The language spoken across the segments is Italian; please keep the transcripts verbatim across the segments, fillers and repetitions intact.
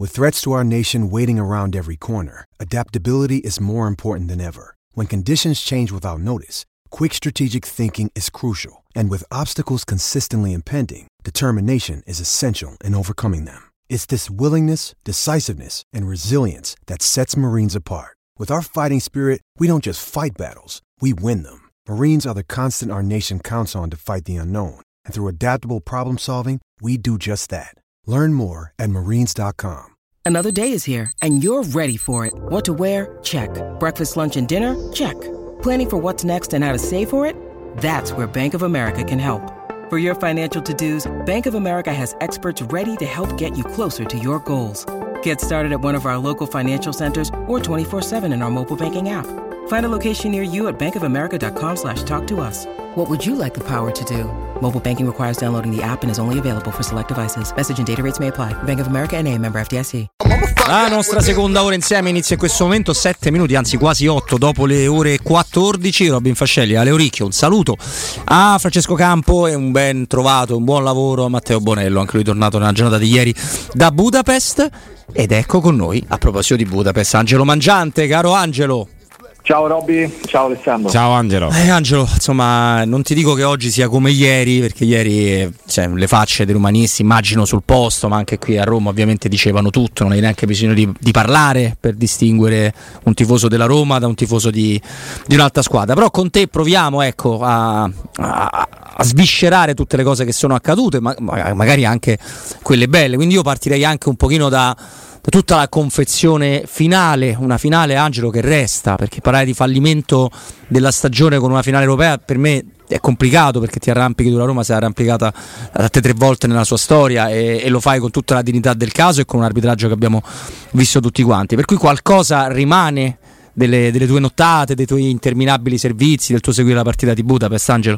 With threats to our nation waiting around every corner, adaptability is more important than ever. When conditions change without notice, quick strategic thinking is crucial. And with obstacles consistently impending, determination is essential in overcoming them. It's this willingness, decisiveness, and resilience that sets Marines apart. With our fighting spirit, we don't just fight battles, we win them. Marines are the constant our nation counts on to fight the unknown. And through adaptable problem solving, we do just that. Learn more at marines dot com. Another day is here, and you're ready for it. What to wear? Check. Breakfast, lunch, and dinner? Check. Planning for what's next and how to save for it? That's where Bank of America can help. For your financial to-dos, Bank of America has experts ready to help get you closer to your goals. Get started at one of our local financial centers or twenty-four seven in our mobile banking app. Find a location near you at bankofamerica.com slash talk to us. What would you like the power to do? Mobile banking requires downloading the app and is only available for select devices. Message and data rates may apply. Bank of America N A, member F D I C. La nostra seconda ora insieme inizia in questo momento, sette minuti, anzi quasi otto dopo le ore quattordici. Robin Fascelli, Ale Oricchio, un saluto a Francesco Campo e un ben trovato, un buon lavoro a Matteo Bonello, anche lui tornato nella giornata di ieri da Budapest. Ed ecco con noi, a proposito di Budapest, Angelo Mangiante. Caro Angelo. Ciao Robby, ciao Alessandro. Ciao Angelo. Eh, Angelo, insomma, non ti dico che oggi sia come ieri, perché ieri cioè, le facce dei romanisti, immagino sul posto, ma anche qui a Roma ovviamente dicevano tutto, non hai neanche bisogno di, di parlare per distinguere un tifoso della Roma da un tifoso di, di un'altra squadra. Però con te proviamo, ecco, a, a, a sviscerare tutte le cose che sono accadute, ma magari anche quelle belle. Quindi io partirei anche un pochino da da tutta la confezione finale, una finale, Angelo, che resta, perché parlare di fallimento della stagione con una finale europea per me è complicato, perché ti arrampichi tu, la Roma si è arrampicata tante tre volte nella sua storia e, e lo fai con tutta la dignità del caso e con un arbitraggio che abbiamo visto tutti quanti, per cui qualcosa rimane delle, delle tue nottate, dei tuoi interminabili servizi, del tuo seguire la partita di Budapest, Angelo?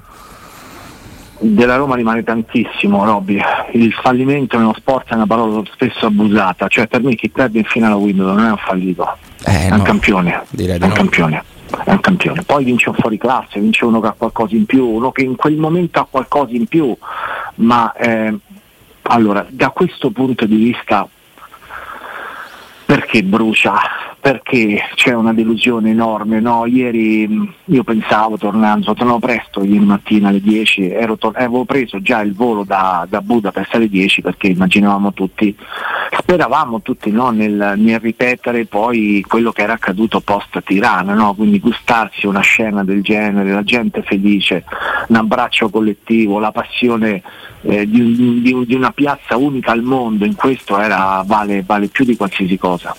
Della Roma rimane tantissimo, Robby. Il fallimento nello sport è una parola spesso abusata, cioè per me chi perde in finale a Wimbledon non è un fallito, eh, è no. un campione, Direi è un no. campione, è un campione. Poi vince un fuori classe, vince uno che ha qualcosa in più, uno che in quel momento ha qualcosa in più, ma eh, allora da questo punto di vista perché brucia? Perché c'è una delusione enorme, no? Ieri io pensavo, tornando, tornavo presto ieri mattina alle dieci, ero tor- avevo preso già il volo da, da Budapest alle dieci, perché immaginavamo tutti, speravamo tutti, no? nel, nel ripetere poi quello che era accaduto post Tirana, no? Quindi gustarsi una scena del genere, la gente felice, un abbraccio collettivo, la passione eh, di, di, di una piazza unica al mondo, in questo era vale, vale più di qualsiasi cosa.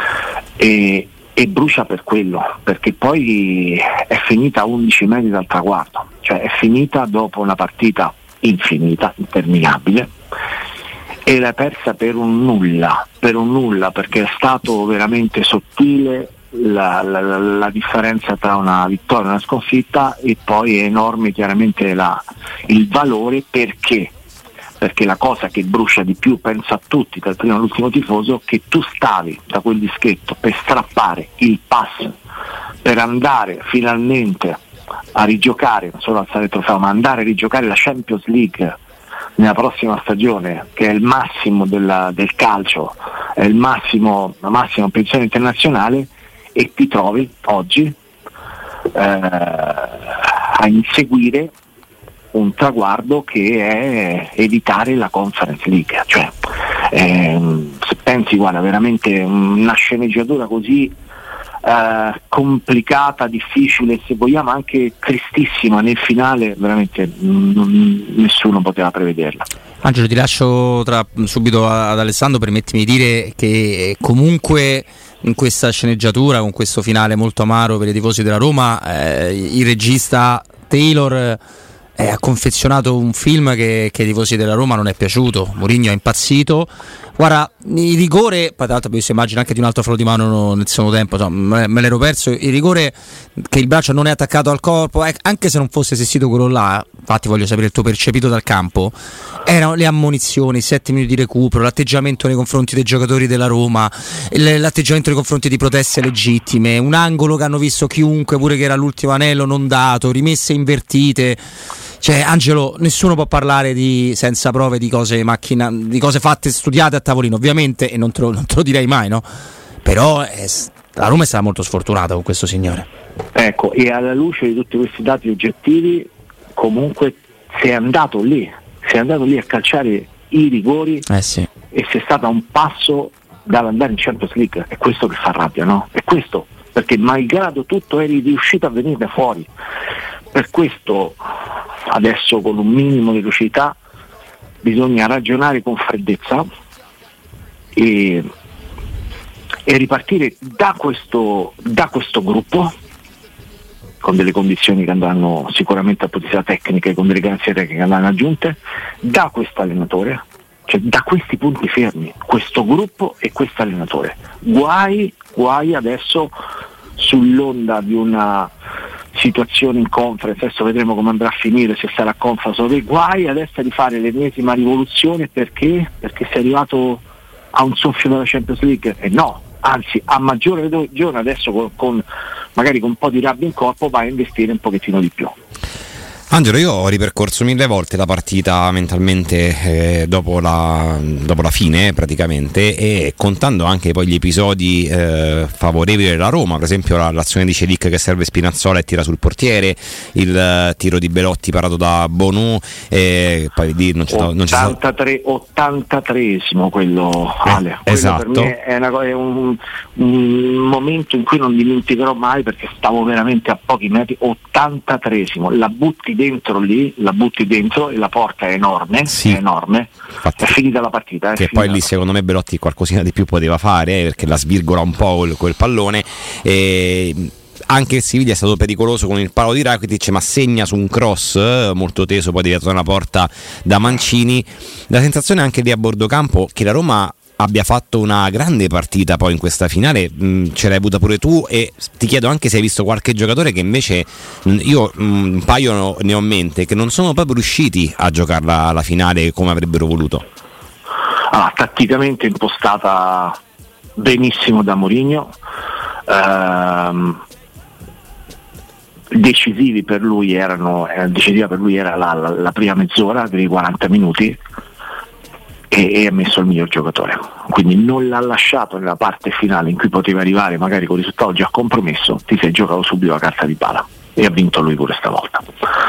E, e brucia per quello, perché poi è finita a undici metri dal traguardo, cioè è finita dopo una partita infinita, interminabile, e l'ha persa per un nulla, per un nulla, perché è stato veramente sottile la, la, la, la differenza tra una vittoria e una sconfitta, e poi è enorme chiaramente la, il valore, perché perché la cosa che brucia di più, penso a tutti, dal primo all'ultimo tifoso, che tu stavi da quel dischetto per strappare il pass, per andare finalmente a rigiocare, non solo alzare il trofeo, ma andare a rigiocare la Champions League nella prossima stagione, che è il massimo della, del calcio, è il massimo, la massima pensione internazionale, e ti trovi oggi eh, a inseguire un traguardo che è evitare la Conference League, cioè ehm, se pensi, guarda, veramente una sceneggiatura così eh, complicata, difficile, se vogliamo anche tristissima nel finale, veramente mh, nessuno poteva prevederla. Angelo, ti lascio tra, subito ad Alessandro, permettimi di dire che comunque in questa sceneggiatura, con questo finale molto amaro per i tifosi della Roma, eh, il regista Taylor Eh, ha confezionato un film che, che ai tifosi della Roma non è piaciuto. Mourinho è impazzito. Guarda, il rigore, poi tra l'altro si immagina anche di un altro fallo di mano nel secondo tempo, insomma, me l'ero perso. Il rigore che il braccio non è attaccato al corpo, eh, anche se non fosse esistito quello là, infatti voglio sapere il tuo percepito dal campo, erano le ammonizioni, i sette minuti di recupero, l'atteggiamento nei confronti dei giocatori della Roma, l'atteggiamento nei confronti di proteste legittime, un angolo che hanno visto chiunque, pure che era l'ultimo anello non dato, rimesse invertite. Cioè, Angelo, nessuno può parlare di senza prove di cose macchina, di cose fatte, studiate a tavolino, ovviamente, e non te lo, non te lo direi mai, no? Però è, la Roma è stata molto sfortunata con questo signore. Ecco, e alla luce di tutti questi dati oggettivi, comunque sei andato lì, sei andato lì a calciare i rigori, eh sì. E sei stato a un passo dall'andare in Champions League. È questo che fa rabbia, no? È questo, perché malgrado tutto eri riuscito a venire fuori. Per questo adesso, con un minimo di lucidità, bisogna ragionare con freddezza e, e ripartire da questo, da questo gruppo, con delle condizioni che andranno sicuramente a potenza tecnica e con delle garanzie tecniche che andranno aggiunte, da questo allenatore, cioè da questi punti fermi, questo gruppo e questo allenatore. Guai, guai adesso sull'onda di una situazione in conference, adesso vedremo come andrà a finire, se sarà conference o no, guai adesso di fare l'ennesima rivoluzione, perché? Perché sei arrivato a un soffio della Champions League, e no, anzi a maggiore ragione adesso con, con magari con un po' di rabbia in corpo vai a investire un pochettino di più. Angelo, io ho ripercorso mille volte la partita mentalmente eh, dopo, la, dopo la fine praticamente, e contando anche poi gli episodi eh, favorevoli della Roma, per esempio la, l'azione di Celic che serve Spinazzola e tira sul portiere, il uh, tiro di Belotti parato da Bonu, e poi lì non c'è non c'è ottantatré, ottantatreesimo quello, Ale. Eh, quello esatto. Per me è, una, è un, un momento in cui non dimenticherò mai, perché stavo veramente a pochi metri. Ottantatreesimo, la butti dentro lì, la butti dentro e la porta è enorme, sì. è enorme. Infatti, è finita la partita. Che poi lì secondo me Belotti qualcosina di più poteva fare, eh, perché la svirgola un po' quel, quel pallone. E anche il Siviglia è stato pericoloso con il palo di Rakitic, ma segna su un cross eh, molto teso poi dietro una porta da Mancini. La sensazione anche lì a bordo campo che la Roma abbia fatto una grande partita poi in questa finale, mh, ce l'hai avuta pure tu, e ti chiedo anche se hai visto qualche giocatore che invece mh, io mh, un paio ne ho in mente che non sono proprio riusciti a giocarla la finale come avrebbero voluto. Ah, tatticamente impostata benissimo da Mourinho, ehm, decisivi per lui erano eh, decisiva per lui era la, la, la prima mezz'ora dei quaranta minuti, e, e ha messo il miglior giocatore, quindi non l'ha lasciato nella parte finale in cui poteva arrivare magari con il risultato già compromesso, ti sei giocato subito la carta di pala e ha vinto lui pure stavolta.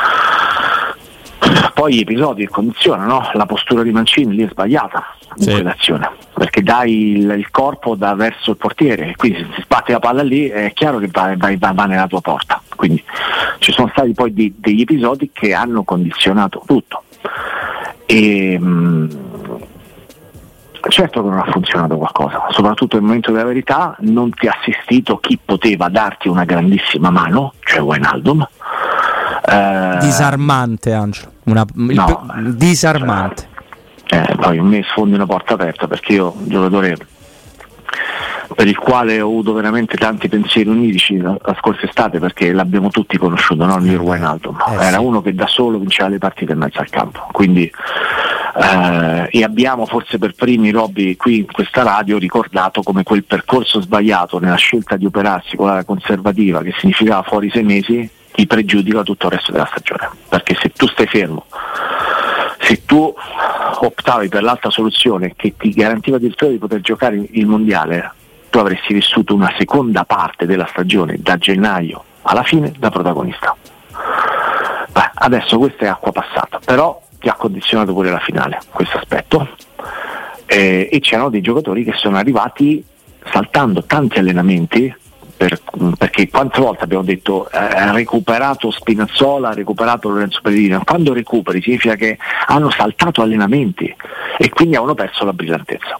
Poi gli episodi che condizionano, no? La postura di Mancini lì è sbagliata in sì. quell'azione, perché dai il, il corpo da verso il portiere, quindi se si sbatte la palla lì è chiaro che va, va, va, va nella tua porta, quindi ci sono stati poi di, degli episodi che hanno condizionato tutto. E mh, certo che non ha funzionato qualcosa, soprattutto nel momento della verità non ti ha assistito chi poteva darti una grandissima mano, cioè Wijnaldum. Eh, disarmante, Angelo, una, il no, pe- disarmante. Eh, poi a me sfondi una porta aperta, perché io un giocatore per il quale ho avuto veramente tanti pensieri onirici la, la scorsa estate, perché l'abbiamo tutti conosciuto, no? Il mio Wijnaldum eh, era sì. uno che da solo vinceva le partite in mezzo al campo, quindi eh, e abbiamo forse per primi, Robby, qui in questa radio ricordato come quel percorso sbagliato nella scelta di operarsi con la conservativa, che significava fuori sei mesi, ti pregiudica tutto il resto della stagione, perché se tu stai fermo, se tu optavi per l'altra soluzione che ti garantiva addirittura di poter giocare il mondiale, tu avresti vissuto una seconda parte della stagione da gennaio alla fine da protagonista. Beh, adesso questa è acqua passata, però ti ha condizionato pure la finale questo aspetto, eh, e c'erano dei giocatori che sono arrivati saltando tanti allenamenti. Per, perché quante volte abbiamo detto eh, ha recuperato Spinazzola, ha recuperato Lorenzo Pellegrino, quando recuperi significa che hanno saltato allenamenti e quindi hanno perso la brillantezza.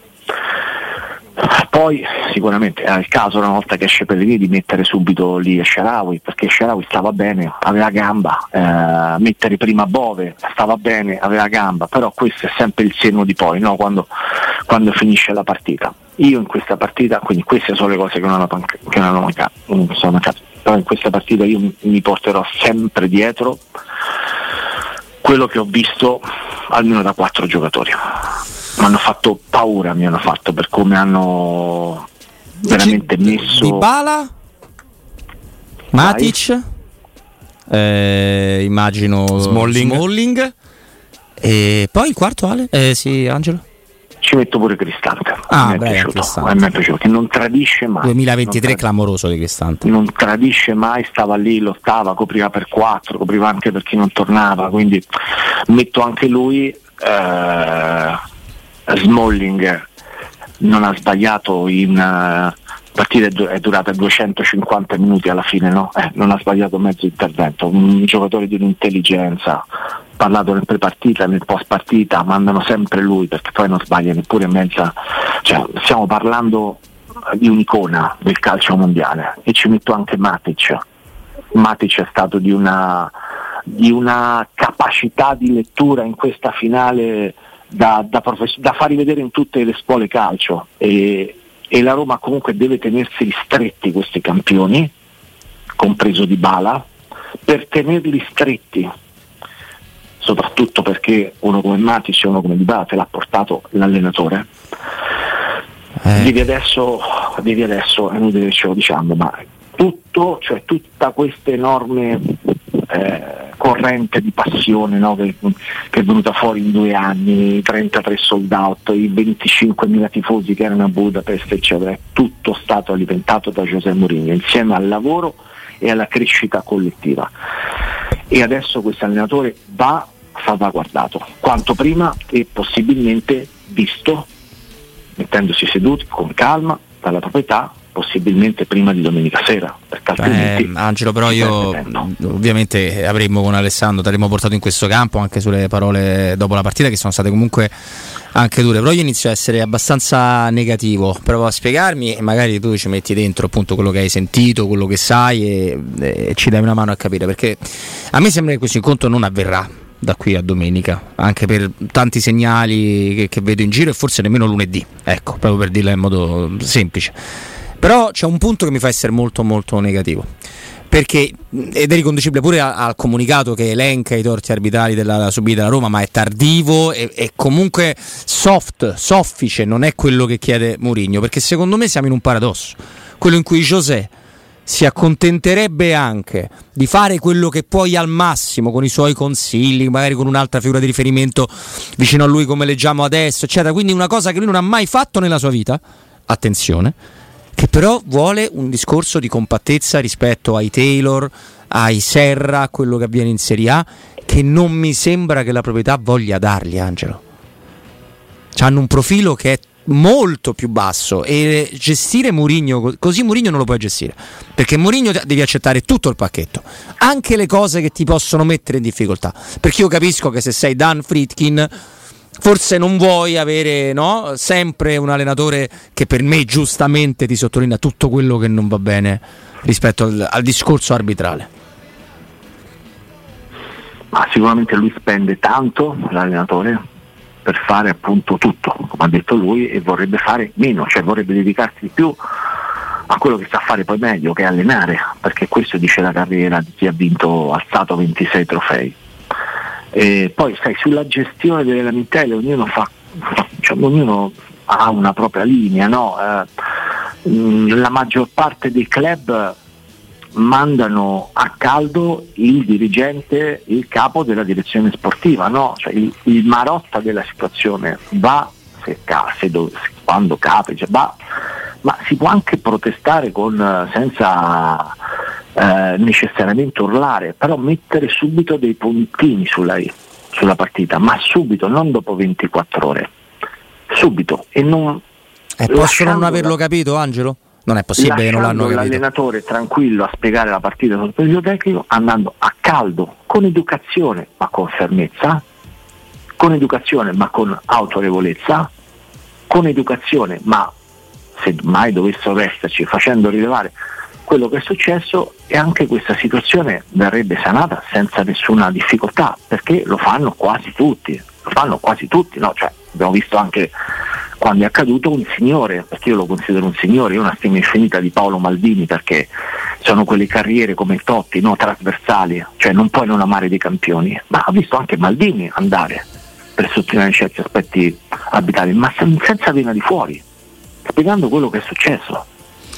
Poi sicuramente è il caso, una volta che esce Pellegrini, di mettere subito lì Shaarawy, perché Shaarawy stava bene, aveva gamba, eh, mettere prima Bove, stava bene, aveva gamba, però questo è sempre il senno di poi, no? quando, quando finisce la partita. Io in questa partita, quindi queste sono le cose che non hanno, che non hanno mancato, non sono mancate, però in questa partita io mi porterò sempre dietro quello che ho visto almeno da quattro giocatori. Mi hanno fatto paura, mi hanno fatto, per come hanno veramente messo Dybala, Matic, eh, immagino Smalling. Smalling. E poi il quarto, Ale? Eh, sì, Angelo? Ci metto pure Cristante. Ah, mi è beh, piaciuto, Cristante. a me è piaciuto, che non tradisce mai. duemilaventitré non trad- clamoroso di Cristante. Non tradisce mai, stava lì, lottava, copriva per quattro, copriva anche per chi non tornava, quindi metto anche lui. eh, Smalling non ha sbagliato in uh, partita, è, du- è durata duecentocinquanta minuti alla fine, no? Eh, non ha sbagliato mezzo intervento, un giocatore di un'intelligenza, parlato nel pre-partita, nel post-partita, mandano sempre lui perché poi non sbaglia neppure mezza, cioè stiamo parlando di un'icona del calcio mondiale. E ci metto anche Matic. Matic è stato di una, di una capacità di lettura in questa finale da, da, profes- da far rivedere in tutte le scuole calcio, e, e la Roma comunque deve tenersi ristretti questi campioni, compreso Dybala, per tenerli stretti, soprattutto perché uno come Matic e uno come Dybala te l'ha portato l'allenatore. Eh. Devi adesso, devi adesso, è inutile che ce lo diciamo, ma tutto, cioè tutta questa enorme eh, corrente di passione, no, che, che è venuta fuori in due anni, trentatré sold out, i venticinquemila tifosi che erano a Budapest, eccetera, è tutto stato alimentato da José Mourinho insieme al lavoro e alla crescita collettiva. E adesso questo allenatore va salvaguardato quanto prima e possibilmente visto, mettendosi seduti con calma dalla proprietà, possibilmente prima di domenica sera, perché altrimenti eh, Angelo, però io ovviamente avremmo con Alessandro t'avremmo portato in questo campo anche sulle parole dopo la partita, che sono state comunque anche dure, però io inizio a essere abbastanza negativo. Provo a spiegarmi e magari tu ci metti dentro appunto quello che hai sentito, quello che sai e, e ci dai una mano a capire, perché a me sembra che questo incontro non avverrà da qui a domenica, anche per tanti segnali che, che vedo in giro, e forse nemmeno lunedì, ecco, proprio per dirla in modo semplice. Però c'è un punto che mi fa essere molto molto negativo, perché, ed è riconducibile pure a, al comunicato che elenca i torti arbitrali della subita della Roma, ma è tardivo e, e comunque soft, soffice, non è quello che chiede Mourinho, perché secondo me siamo in un paradosso, quello in cui José si accontenterebbe anche di fare quello che puoi al massimo con i suoi consigli, magari con un'altra figura di riferimento vicino a lui come leggiamo adesso, eccetera, quindi una cosa che lui non ha mai fatto nella sua vita, attenzione, che però vuole un discorso di compattezza rispetto ai Taylor, ai Serra, a quello che avviene in Serie A, che non mi sembra che la proprietà voglia dargli, Angelo. Hanno un profilo che è molto più basso e gestire Mourinho così Mourinho non lo puoi gestire, perché Mourinho devi accettare tutto il pacchetto, anche le cose che ti possono mettere in difficoltà, perché io capisco che se sei Dan Friedkin forse non vuoi avere, no, sempre un allenatore che per me giustamente ti sottolinea tutto quello che non va bene rispetto al, al discorso arbitrale. Ma sicuramente lui spende tanto, l'allenatore, per fare appunto tutto, come ha detto lui, e vorrebbe fare meno, cioè vorrebbe dedicarsi di più a quello che sa fare poi meglio, che è allenare, perché questo dice la carriera di chi ha vinto, alzato ventisei trofei. E poi sai, sulla gestione delle lamentele ognuno fa, cioè, ognuno ha una propria linea, no? Eh, la maggior parte dei club mandano a caldo il dirigente, il capo della direzione sportiva, no? Cioè il, il Marotta della situazione va se, se, se quando capita, va, ma si può anche protestare con senza eh, necessariamente urlare, però mettere subito dei puntini sulla I sulla partita, ma subito, non dopo ventiquattro ore, subito, e non eh, possono non averlo capito, Angelo? Non è possibile che non l'hanno capito. L'allenatore tranquillo a spiegare la partita sul periodo tecnico, andando a caldo, con educazione ma con fermezza, con educazione ma con autorevolezza, con educazione ma, se mai dovessero esserci, facendo rilevare quello che è successo, e anche questa situazione verrebbe sanata senza nessuna difficoltà, perché lo fanno quasi tutti, lo fanno quasi tutti, no? Cioè, abbiamo visto anche quando è accaduto un signore, perché io lo considero un signore, io ho una stima infinita di Paolo Maldini, perché sono quelle carriere come Totti, no, trasversali, cioè non puoi non amare dei campioni, ma ho visto anche Maldini andare per sottolineare certi aspetti arbitrali, ma senza vena di fuori, spiegando quello che è successo.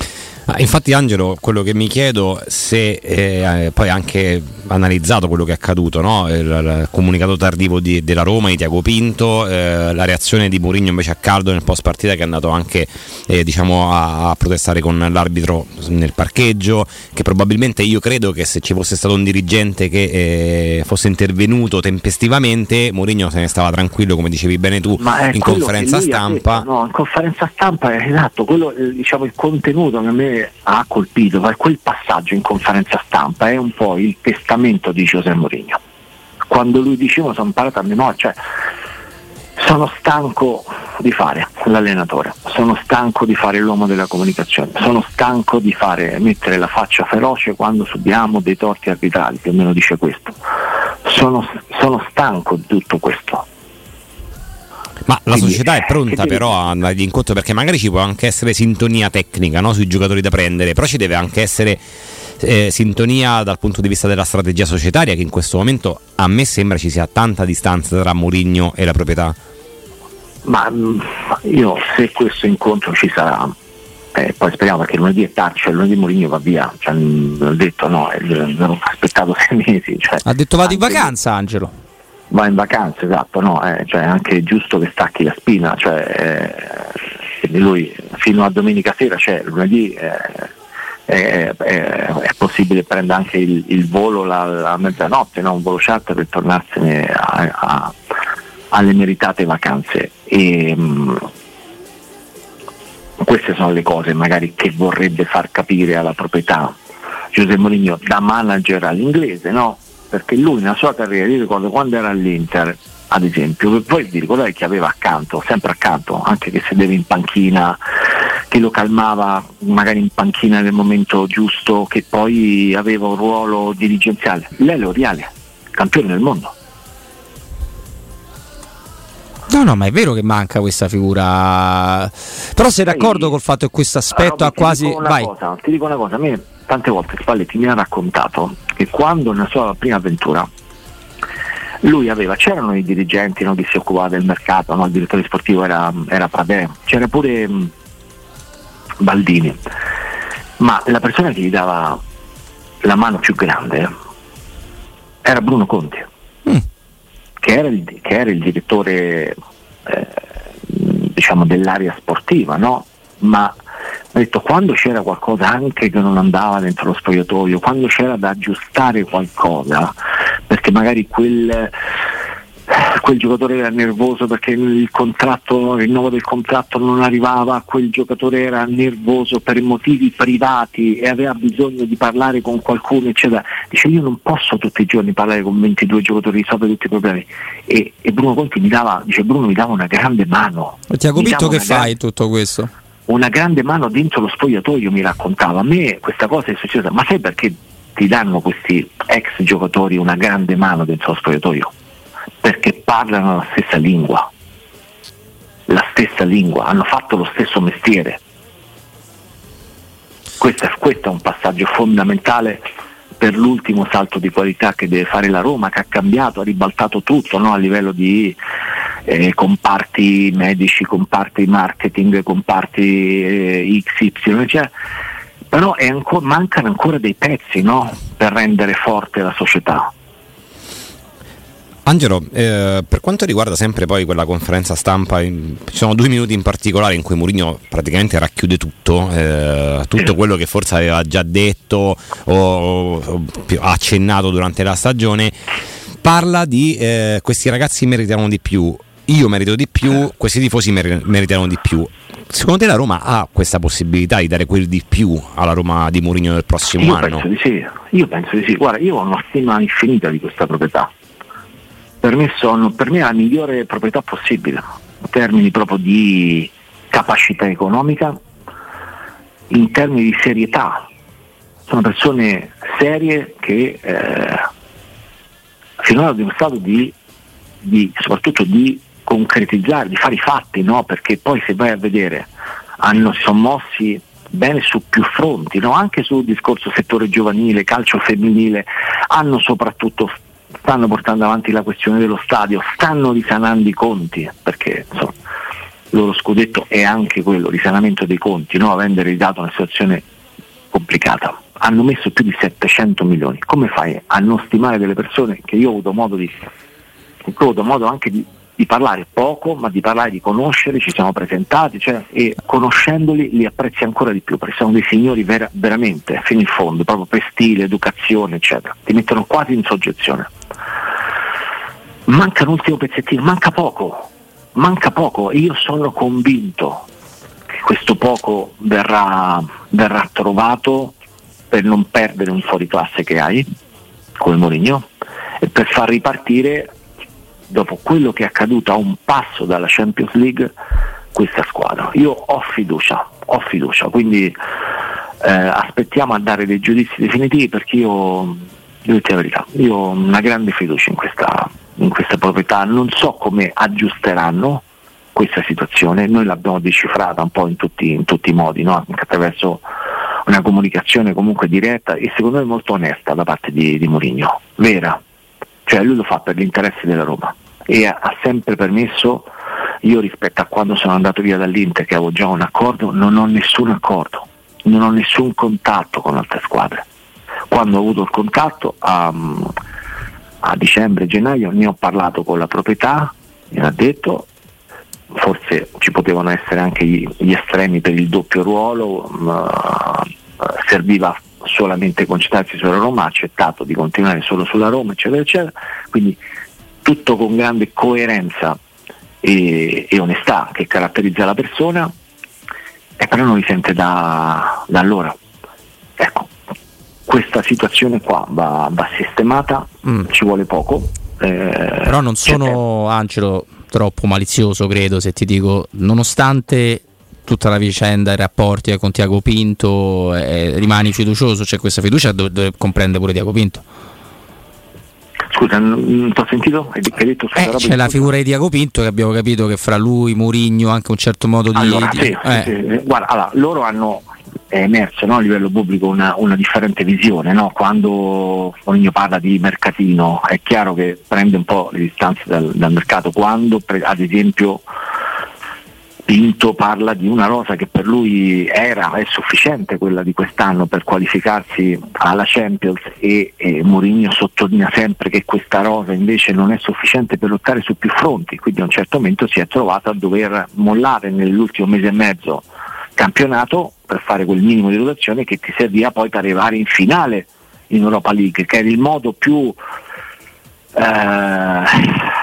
Ah, infatti Angelo, quello che mi chiedo, se eh, poi anche analizzato quello che è accaduto, no? il, il comunicato tardivo di, della Roma di Tiago Pinto, eh, la reazione di Mourinho invece a caldo nel post partita, che è andato anche eh, diciamo a, a protestare con l'arbitro nel parcheggio, che probabilmente, io credo che se ci fosse stato un dirigente che eh, fosse intervenuto tempestivamente, Mourinho se ne stava tranquillo, come dicevi bene tu, in conferenza stampa. Detto, no, in conferenza stampa è esatto, quello diciamo il contenuto che a me ha colpito, quel passaggio in conferenza stampa è un po' il testamento di José Mourinho, quando lui diceva, sono imparato a memoria, cioè sono stanco di fare l'allenatore, sono stanco di fare l'uomo della comunicazione, sono stanco di fare mettere la faccia feroce quando subiamo dei torti arbitrali, più o meno dice questo, sono, sono stanco di tutto questo. Ma la Quindi, società è pronta però a andare incontro, perché magari ci può anche essere sintonia tecnica, no? Sui giocatori da prendere, però ci deve anche essere eh, sintonia dal punto di vista della strategia societaria, che in questo momento a me sembra ci sia tanta distanza tra Mourinho e la proprietà. Ma io, se questo incontro ci sarà, eh, poi speriamo, perché lunedì è tardi, cioè lunedì Mourinho va via, cioè, ha detto no, ho aspettato sei mesi, cioè, ha detto vado in vacanza, Angelo. Va in vacanza, esatto, no, eh, cioè è anche giusto che stacchi la spina, cioè eh, lui fino a domenica sera, cioè lunedì eh, è, è, è possibile prendere anche il, il volo la, la mezzanotte, no? Un volo charter per tornarsene a, a, alle meritate vacanze. E mh, queste sono le cose magari che vorrebbe far capire alla proprietà José Mourinho da manager all'inglese, no? Perché lui nella sua carriera, io ricordo quando era all'Inter ad esempio, poi vi ricordate che aveva accanto, sempre accanto, anche che sedeva in panchina, che lo calmava magari in panchina nel momento giusto, che poi aveva un ruolo dirigenziale, Lele Oriale, campione del mondo. No, no, ma è vero che manca questa figura, però sei d'accordo col fatto che questo aspetto ah, ha quasi... Dico Vai. Cosa, ti dico una cosa, a me tante volte Spalletti mi ha raccontato che quando nella sua prima avventura lui aveva, c'erano i dirigenti, no, che si occupava del mercato, no, il direttore sportivo era, era Pradè, c'era pure mh, Baldini, ma la persona che gli dava la mano più grande era Bruno Conti, mm. che, era il, che era il direttore eh, diciamo dell'area sportiva, no? Ma ha detto, quando c'era qualcosa anche che non andava dentro lo spogliatoio, quando c'era da aggiustare qualcosa, perché magari quel, quel giocatore era nervoso perché il contratto, il rinnovo del contratto non arrivava, quel giocatore era nervoso per motivi privati e aveva bisogno di parlare con qualcuno, eccetera, dice io non posso tutti i giorni parlare con ventidue giocatori, risolvere tutti i problemi, e, e Bruno Conti mi dava, dice Bruno mi dava una grande mano. Ti ha convinto che fai grande... tutto questo? Una grande mano dentro lo spogliatoio, mi raccontava. A me questa cosa è successa, ma sai perché ti danno questi ex giocatori una grande mano dentro lo spogliatoio? Perché parlano la stessa lingua, la stessa lingua, hanno fatto lo stesso mestiere. Questo è, questo è un passaggio fondamentale per l'ultimo salto di qualità che deve fare la Roma, che ha cambiato, ha ribaltato tutto, no? A livello di eh, comparti medici, comparti marketing, comparti eh, X Y, cioè, però è ancora, mancano ancora dei pezzi, no? Per rendere forte la società. Angelo, eh, per quanto riguarda sempre poi quella conferenza stampa, in, ci sono due minuti in particolare in cui Mourinho praticamente racchiude tutto, eh, tutto quello che forse aveva già detto o, o accennato durante la stagione. Parla di eh, questi ragazzi meritano di più, io merito di più, questi tifosi mer- meritano di più. Secondo te la Roma ha questa possibilità di dare quel di più alla Roma di Mourinho nel prossimo io anno? Penso di sì. Io penso di sì, guarda, io ho una stima infinita di questa proprietà. Per me, sono, per me è la migliore proprietà possibile in termini proprio di capacità economica, in termini di serietà. Sono persone serie che eh, finora hanno dimostrato di, di soprattutto di concretizzare, di fare i fatti, no? Perché poi se vai a vedere hanno, si sono mossi bene su più fronti, no? Anche sul discorso settore giovanile, calcio femminile, hanno soprattutto stanno portando avanti la questione dello stadio, stanno risanando i conti, perché insomma, il loro scudetto è anche quello, risanamento dei conti, no? Avendo ereditato una situazione complicata. Hanno messo più di settecento milioni. Come fai a non stimare delle persone che io ho avuto modo di che ho avuto modo anche di, di parlare poco, ma di parlare, di conoscere, ci siamo presentati, cioè, e conoscendoli li apprezzi ancora di più, perché sono dei signori vera, veramente fino in fondo, proprio per stile, educazione, eccetera. Ti mettono quasi in soggezione. Manca un ultimo pezzettino, manca poco, manca poco, e io sono convinto che questo poco verrà, verrà trovato per non perdere un fuoriclasse che hai, come Mourinho, e per far ripartire, dopo quello che è accaduto a un passo dalla Champions League, questa squadra. Io ho fiducia, ho fiducia, quindi eh, aspettiamo a dare dei giudizi definitivi, perché io, devo dire la verità, io ho una grande fiducia in questa, in questa proprietà. Non so come aggiusteranno questa situazione, noi l'abbiamo decifrata un po' in tutti, in tutti i modi, no? Anche attraverso una comunicazione comunque diretta e secondo me molto onesta da parte di, di Mourinho, vera, cioè lui lo fa per l'interesse della Roma e ha, ha sempre permesso. Io rispetto a quando sono andato via dall'Inter, che avevo già un accordo, non ho nessun accordo, non ho nessun contatto con altre squadre. Quando ho avuto il contatto a, a dicembre, gennaio, ne ho parlato con la proprietà, mi ha detto forse ci potevano essere anche gli, gli estremi per il doppio ruolo, ma serviva solamente concentrarsi sulla Roma, ha accettato di continuare solo sulla Roma, eccetera eccetera, quindi tutto con grande coerenza e, e onestà che caratterizza la persona, e però non li sente da, da allora. Ecco, questa situazione qua va, va sistemata, mm. ci vuole poco. Eh, però non sono, Angelo, troppo malizioso, credo, se ti dico, nonostante tutta la vicenda, i rapporti con Tiago Pinto, eh, rimani fiducioso? Cioè questa fiducia dove, dove comprende pure Tiago Pinto? Scusa, non ti ho sentito? Hai detto eh, c'è di la figura di Tiago Pinto, che abbiamo capito che fra lui, Mourinho, anche un certo modo di... Allora, di, sì, eh. sì, sì. Guarda, allora, loro hanno è emerso, no, a livello pubblico una, una differente visione, no? Quando Mourinho parla di mercatino è chiaro che prende un po' le distanze dal, dal mercato. Quando pre, ad esempio Pinto parla di una rosa che per lui era, è sufficiente quella di quest'anno per qualificarsi alla Champions, e, e Mourinho sottolinea sempre che questa rosa invece non è sufficiente per lottare su più fronti, quindi a un certo momento si è trovato a dover mollare nell'ultimo mese e mezzo campionato per fare quel minimo di rotazione che ti serviva poi per arrivare in finale in Europa League, che era il modo più eh,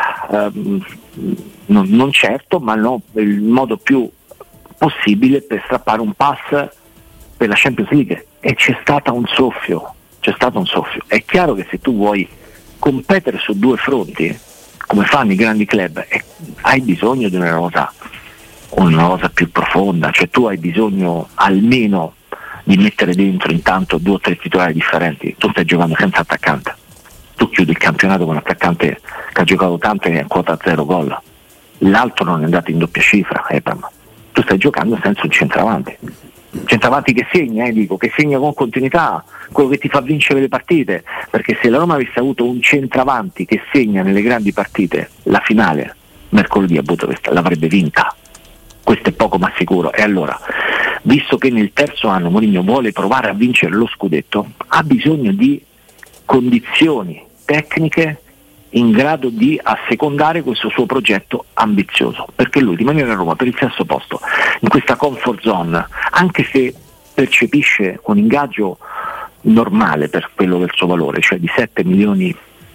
eh, non, non certo, ma no, il modo più possibile per strappare un pass per la Champions League, e c'è stato un soffio, c'è stato un soffio. È chiaro che se tu vuoi competere su due fronti, come fanno i grandi club, eh, hai bisogno di una rosa, una rosa più profonda, cioè tu hai bisogno almeno di mettere dentro intanto due o tre titolari differenti. Tu stai giocando senza attaccante, tu chiudi il campionato con un attaccante che ha giocato tanto e è a quota zero gol, l'altro non è andato in doppia cifra, Ebram. Tu stai giocando senza un centravanti, centravanti che segna, eh, dico, che segna con continuità, quello che ti fa vincere le partite, perché se la Roma avesse avuto un centravanti che segna nelle grandi partite, la finale mercoledì a Budapest l'avrebbe vinta, questo è poco ma sicuro. E allora, visto che nel terzo anno Mourinho vuole provare a vincere lo scudetto, ha bisogno di condizioni tecniche in grado di assecondare questo suo progetto ambizioso, perché lui rimanere a Roma per il sesto posto in questa comfort zone, anche se percepisce un ingaggio normale per quello del suo valore, cioè di sette milioni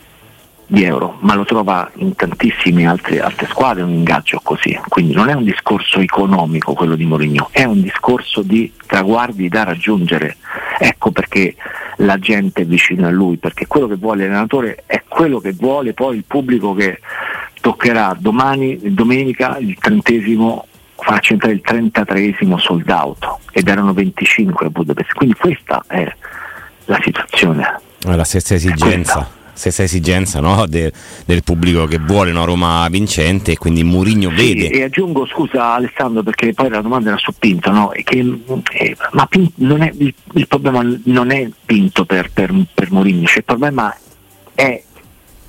di euro, ma lo trova in tantissime altre, altre squadre un ingaggio così, quindi non è un discorso economico quello di Mourinho, è un discorso di traguardi da raggiungere. Ecco perché la gente è vicina a lui, perché quello che vuole l'allenatore è quello che vuole poi il pubblico che toccherà domani, domenica, il trentesimo, farà centrare il trentatreesimo sold out, ed erano venticinque a Budapest, quindi questa è la situazione. È la stessa esigenza. Stessa esigenza, no? De, del pubblico che vuole una Roma vincente, e quindi Mourinho vede. Sì, e aggiungo, scusa Alessandro, perché poi la domanda era su Pinto, no? E che, eh, ma Pinto non è, il, il problema non è Pinto per, per, per Mourinho, cioè il problema è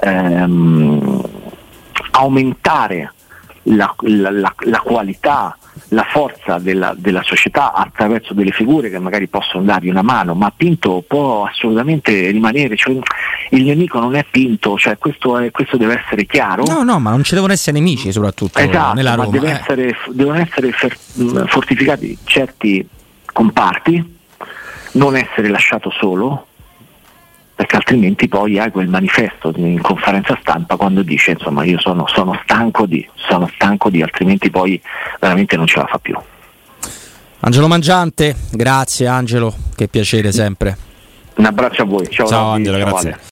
ehm, aumentare la, la, la, la qualità la forza della, della società attraverso delle figure che magari possono dargli una mano, ma Pinto può assolutamente rimanere, cioè, il nemico non è Pinto, cioè questo, è, questo deve essere chiaro. No, no, ma non ci devono essere nemici soprattutto, esatto, nella ma Roma. Deve eh. essere, devono essere fer, fortificati certi comparti, non essere lasciato solo, perché altrimenti poi hai quel manifesto in conferenza stampa quando dice insomma io sono, sono stanco di sono stanco di altrimenti poi veramente non ce la fa più. Angelo Mangiante, grazie Angelo, che piacere sempre. Un abbraccio a voi, ciao, ciao Robby, Angelo, ciao grazie. Ale.